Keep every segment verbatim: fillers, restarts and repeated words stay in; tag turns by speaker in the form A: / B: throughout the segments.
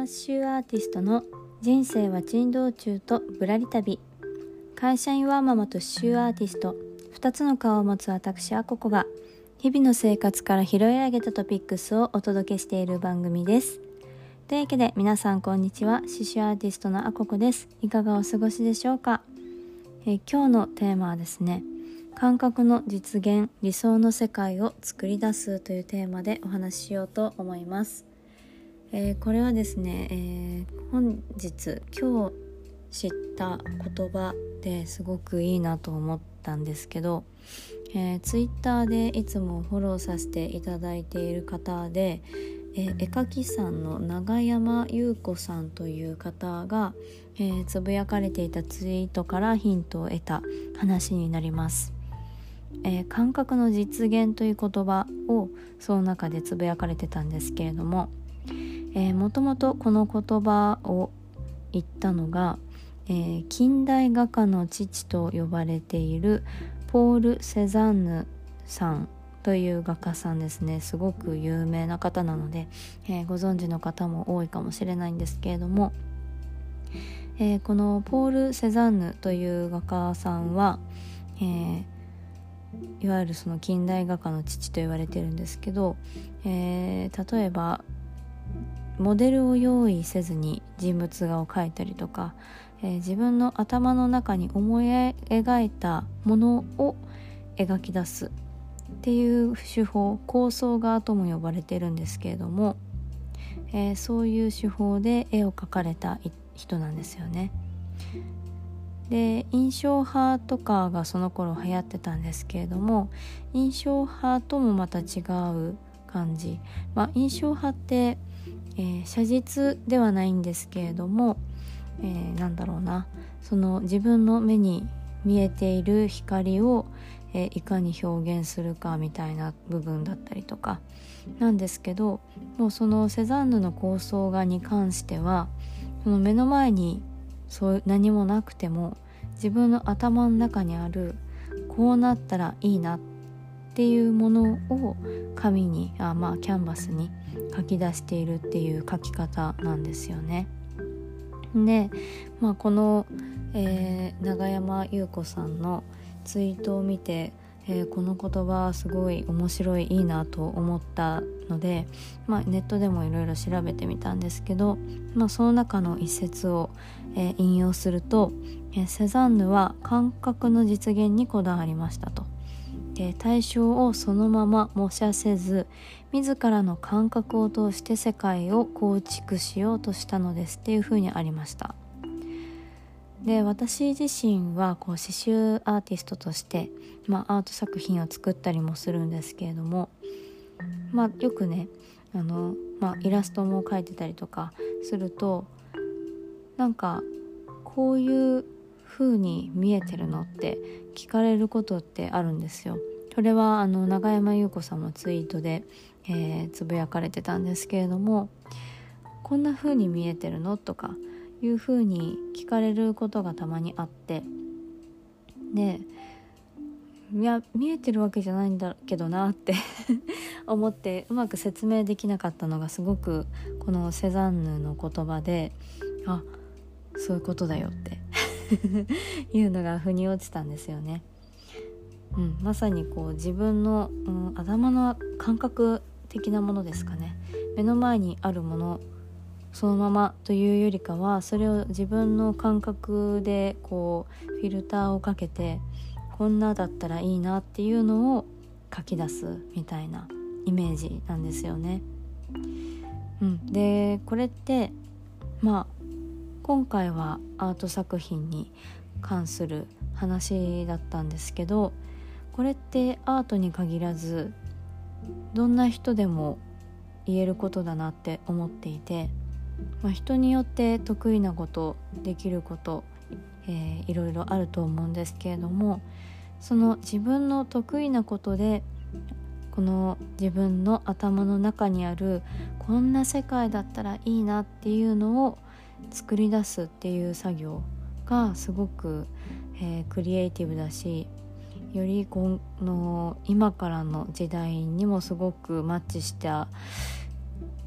A: マ刺繍アーティストの人生は珍道中とぶらり旅。会社員ワーママと刺繍アーティスト、ふたつの顔を持つ私アココが日々の生活から拾い上げたトピックスをお届けしている番組です。というわけで皆さんこんにちは。刺繍アーティストのアココです。いかがお過ごしでしょうか。え今日のテーマはですね、感覚の実現、理想の世界を作り出すというテーマでお話ししようと思います。えー、これはですね、えー、本日今日知った言葉ですごくいいなと思ったんですけど、えー、ツイッターでいつもフォローさせていただいている方で、えー、絵描きさんの永山優子さんという方が、えー、つぶやかれていたツイートからヒントを得た話になります。えー、感覚の実現という言葉をその中でつぶやかれてたんですけれども、えー、もともとこの言葉を言ったのが、えー、近代画家の父と呼ばれているポール・セザンヌさんという画家さんですね。すごく有名な方なので、えー、ご存知の方も多いかもしれないんですけれども、えー、このポール・セザンヌという画家さんは、えーいわゆるその近代画家の父と言われてるんですけど、えー、例えばモデルを用意せずに人物画を描いたりとか、えー、自分の頭の中に思い描いたものを描き出すっていう手法、構想画とも呼ばれてるんですけれども、えー、そういう手法で絵を描かれた人なんですよね。で、印象派とかがその頃流行ってたんですけれども、印象派ともまた違う感じ、まあ、印象派って、えー、写実ではないんですけれども、えー、なんだろうなその自分の目に見えている光を、えー、いかに表現するかみたいな部分だったりとかなんですけど、もうそのセザンヌの構想画に関しては、その目の前にそう何もなくても自分の頭の中にあるこうなったらいいなっていうものを紙にあまあキャンバスに書き出しているっていう書き方なんですよね。で、まあ、この、えー、永山優子さんのツイートを見て、えー、この言葉すごい面白いいいなと思ったので、まあ、ネットでもいろいろ調べてみたんですけど、まあ、その中の一節を、えー、引用すると、えー、セザンヌは感覚の実現にこだわりましたと。で、対象をそのまま模写せず、自らの感覚を通して世界を構築しようとしたのですっていうふうにありました。で、私自身はこう刺繍アーティストとして、まあ、アート作品を作ったりもするんですけれども、まあ、よくねあの、まあ、イラストも描いてたりとかすると、なんかこういう風に見えてるのって聞かれることってあるんですよ。それはあの永山優子さんもツイートで、えー、つぶやかれてたんですけれども、こんな風に見えてるのとかいう風に聞かれることがたまにあって、で、いや見えてるわけじゃないんだけどなって思ってうまく説明できなかったのが、すごくこのセザンヌの言葉で、あ、そういうことだよっていうのが腑に落ちたんですよね。うん、まさにこう自分の、うん、頭の感覚的なものですかね。目の前にあるものそのままというよりかは、それを自分の感覚でこうフィルターをかけて、こんなだったらいいなっていうのを書き出すみたいなイメージなんですよね。うん、でこれってまあ今回はアート作品に関する話だったんですけど、これってアートに限らずどんな人でも言えることだなって思っていて、まあ、人によって得意なこと、できること、えー、いろいろあると思うんですけれども、その自分の得意なことでこの自分の頭の中にあるこんな世界だったらいいなっていうのを作り出すっていう作業がすごく、えー、クリエイティブだし、よりこの今からの時代にもすごくマッチした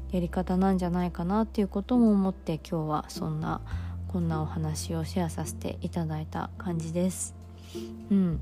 A: やり方なんじゃないかなっていうことも思って、今日はそんなこんなお話をシェアさせていただいた感じです。うん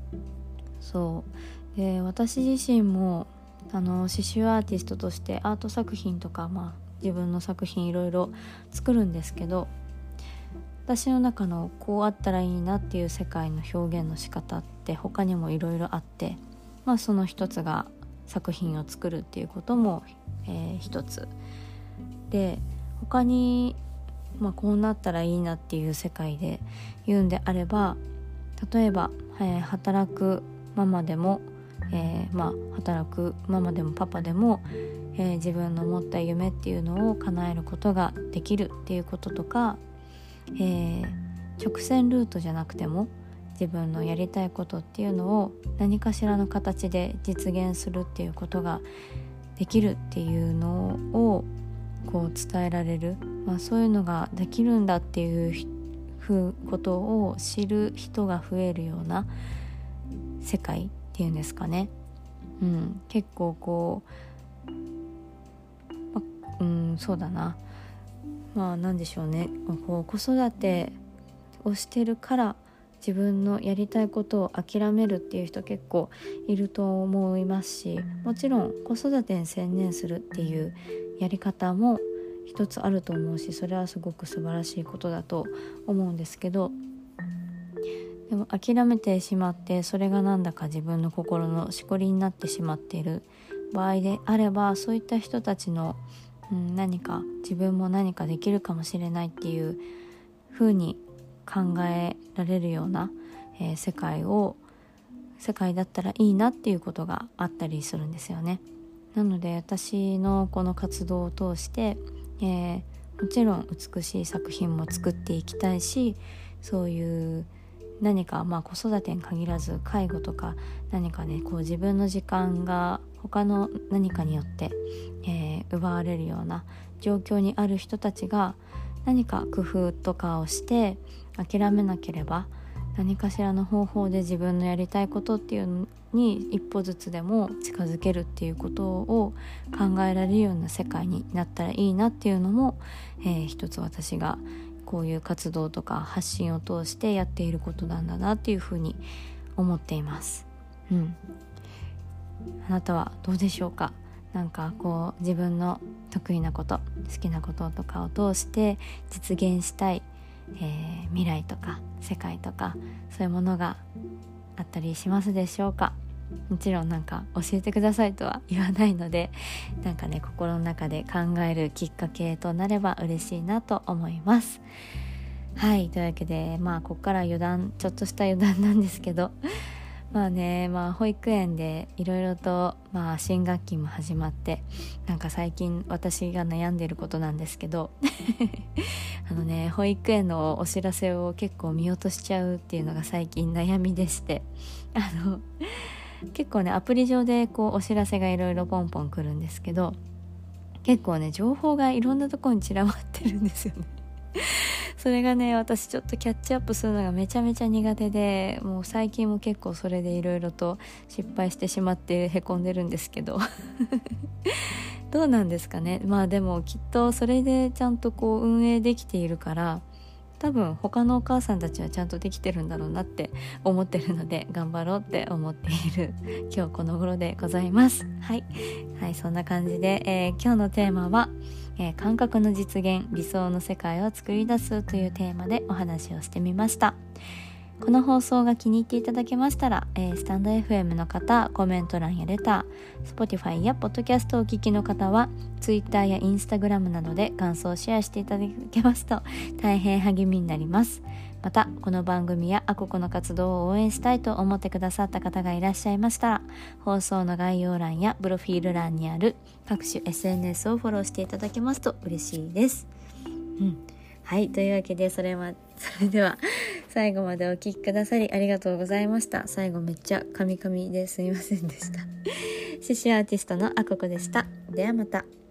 A: そうで、私自身もあの刺繍アーティストとしてアート作品とか、まあ、自分の作品いろいろ作るんですけど、私の中のこうあったらいいなっていう世界の表現の仕方って他にもいろいろあって、まあ、その一つが作品を作るっていうことも、えー、一つで、他に、まあ、こうなったらいいなっていう世界で言うんであれば、例えば、えー、働くママでも、えーまあ、働くママでもパパでも、えー、自分の持った夢っていうのを叶えることができるっていうこととか、えー、直線ルートじゃなくても自分のやりたいことっていうのを何かしらの形で実現するっていうことができるっていうのをこう伝えられる、まあ、そういうのができるんだっていうふうことを知る人が増えるような世界っていうんですかね。うん、結構こう、ま、うんそうだなまあなんでしょうね、こう子育てをしてるから自分のやりたいことを諦めるっていう人結構いると思いますし、もちろん子育てに専念するっていうやり方も一つあると思うし、それはすごく素晴らしいことだと思うんですけど、でも諦めてしまってそれがなんだか自分の心のしこりになってしまっている場合であれば、そういった人たちのうん、何か自分も何かできるかもしれないっていう風に考えられるような、えー、世界を世界だったらいいなっていうことがあったりするんですよね。なので私のこの活動を通して、えー、もちろん美しい作品も作っていきたいし、そういう何か、まあ、子育てに限らず介護とか何かね、こう自分の時間が他の何かによって、えー、奪われるような状況にある人たちが何か工夫とかをして諦めなければ、何かしらの方法で自分のやりたいことっていうのに一歩ずつでも近づけるっていうことを考えられるような世界になったらいいなっていうのも、えー、一つ私がこういう活動とか発信を通してやっていることなんだなっていうふうに思っています。うん。あなたはどうでしょうか。なんかこう自分の得意なこと好きなこととかを通して実現したい、えー、未来とか世界とかそういうものがあったりしますでしょうか。もちろんなんか教えてくださいとは言わないので、なんかね心の中で考えるきっかけとなれば嬉しいなと思います。はい、というわけでまあここから余談ちょっとした余談なんですけどまあね、まあ保育園でいろいろとまあ新学期も始まって、なんか最近私が悩んでることなんですけどあのね保育園のお知らせを結構見落としちゃうっていうのが最近悩みでして、あの結構ねアプリ上でこうお知らせがいろいろポンポン来るんですけど、結構ね情報がいろんなところに散らばってるんですよねそれがね私ちょっとキャッチアップするのがめちゃめちゃ苦手で、もう最近も結構それでいろいろと失敗してしまってへこんでるんですけどどうなんですかね。まあでもきっとそれでちゃんとこう運営できているから、多分他のお母さんたちはちゃんとできてるんだろうなって思ってるので頑張ろうって思っている今日この頃でございます。はい、はい、そんな感じで、えー、今日のテーマは、えー、感覚の実現、理想の世界を作り出すというテーマでお話をしてみました。この放送が気に入っていただけましたら、えー、スタンド エフエム の方、コメント欄やレター、Spotify や Podcast をお聞きの方は Twitter や Instagram などで感想をシェアしていただけますと大変励みになります。またこの番組やアココの活動を応援したいと思ってくださった方がいらっしゃいましたら、放送の概要欄やプロフィール欄にある各種 エスエヌエス をフォローしていただけますと嬉しいです。うん、はい、というわけでそれはそれでは最後までお聞きくださりありがとうございました。最後めっちゃカミカミですみませんでした。刺繍アーティストのアココでした。ではまた。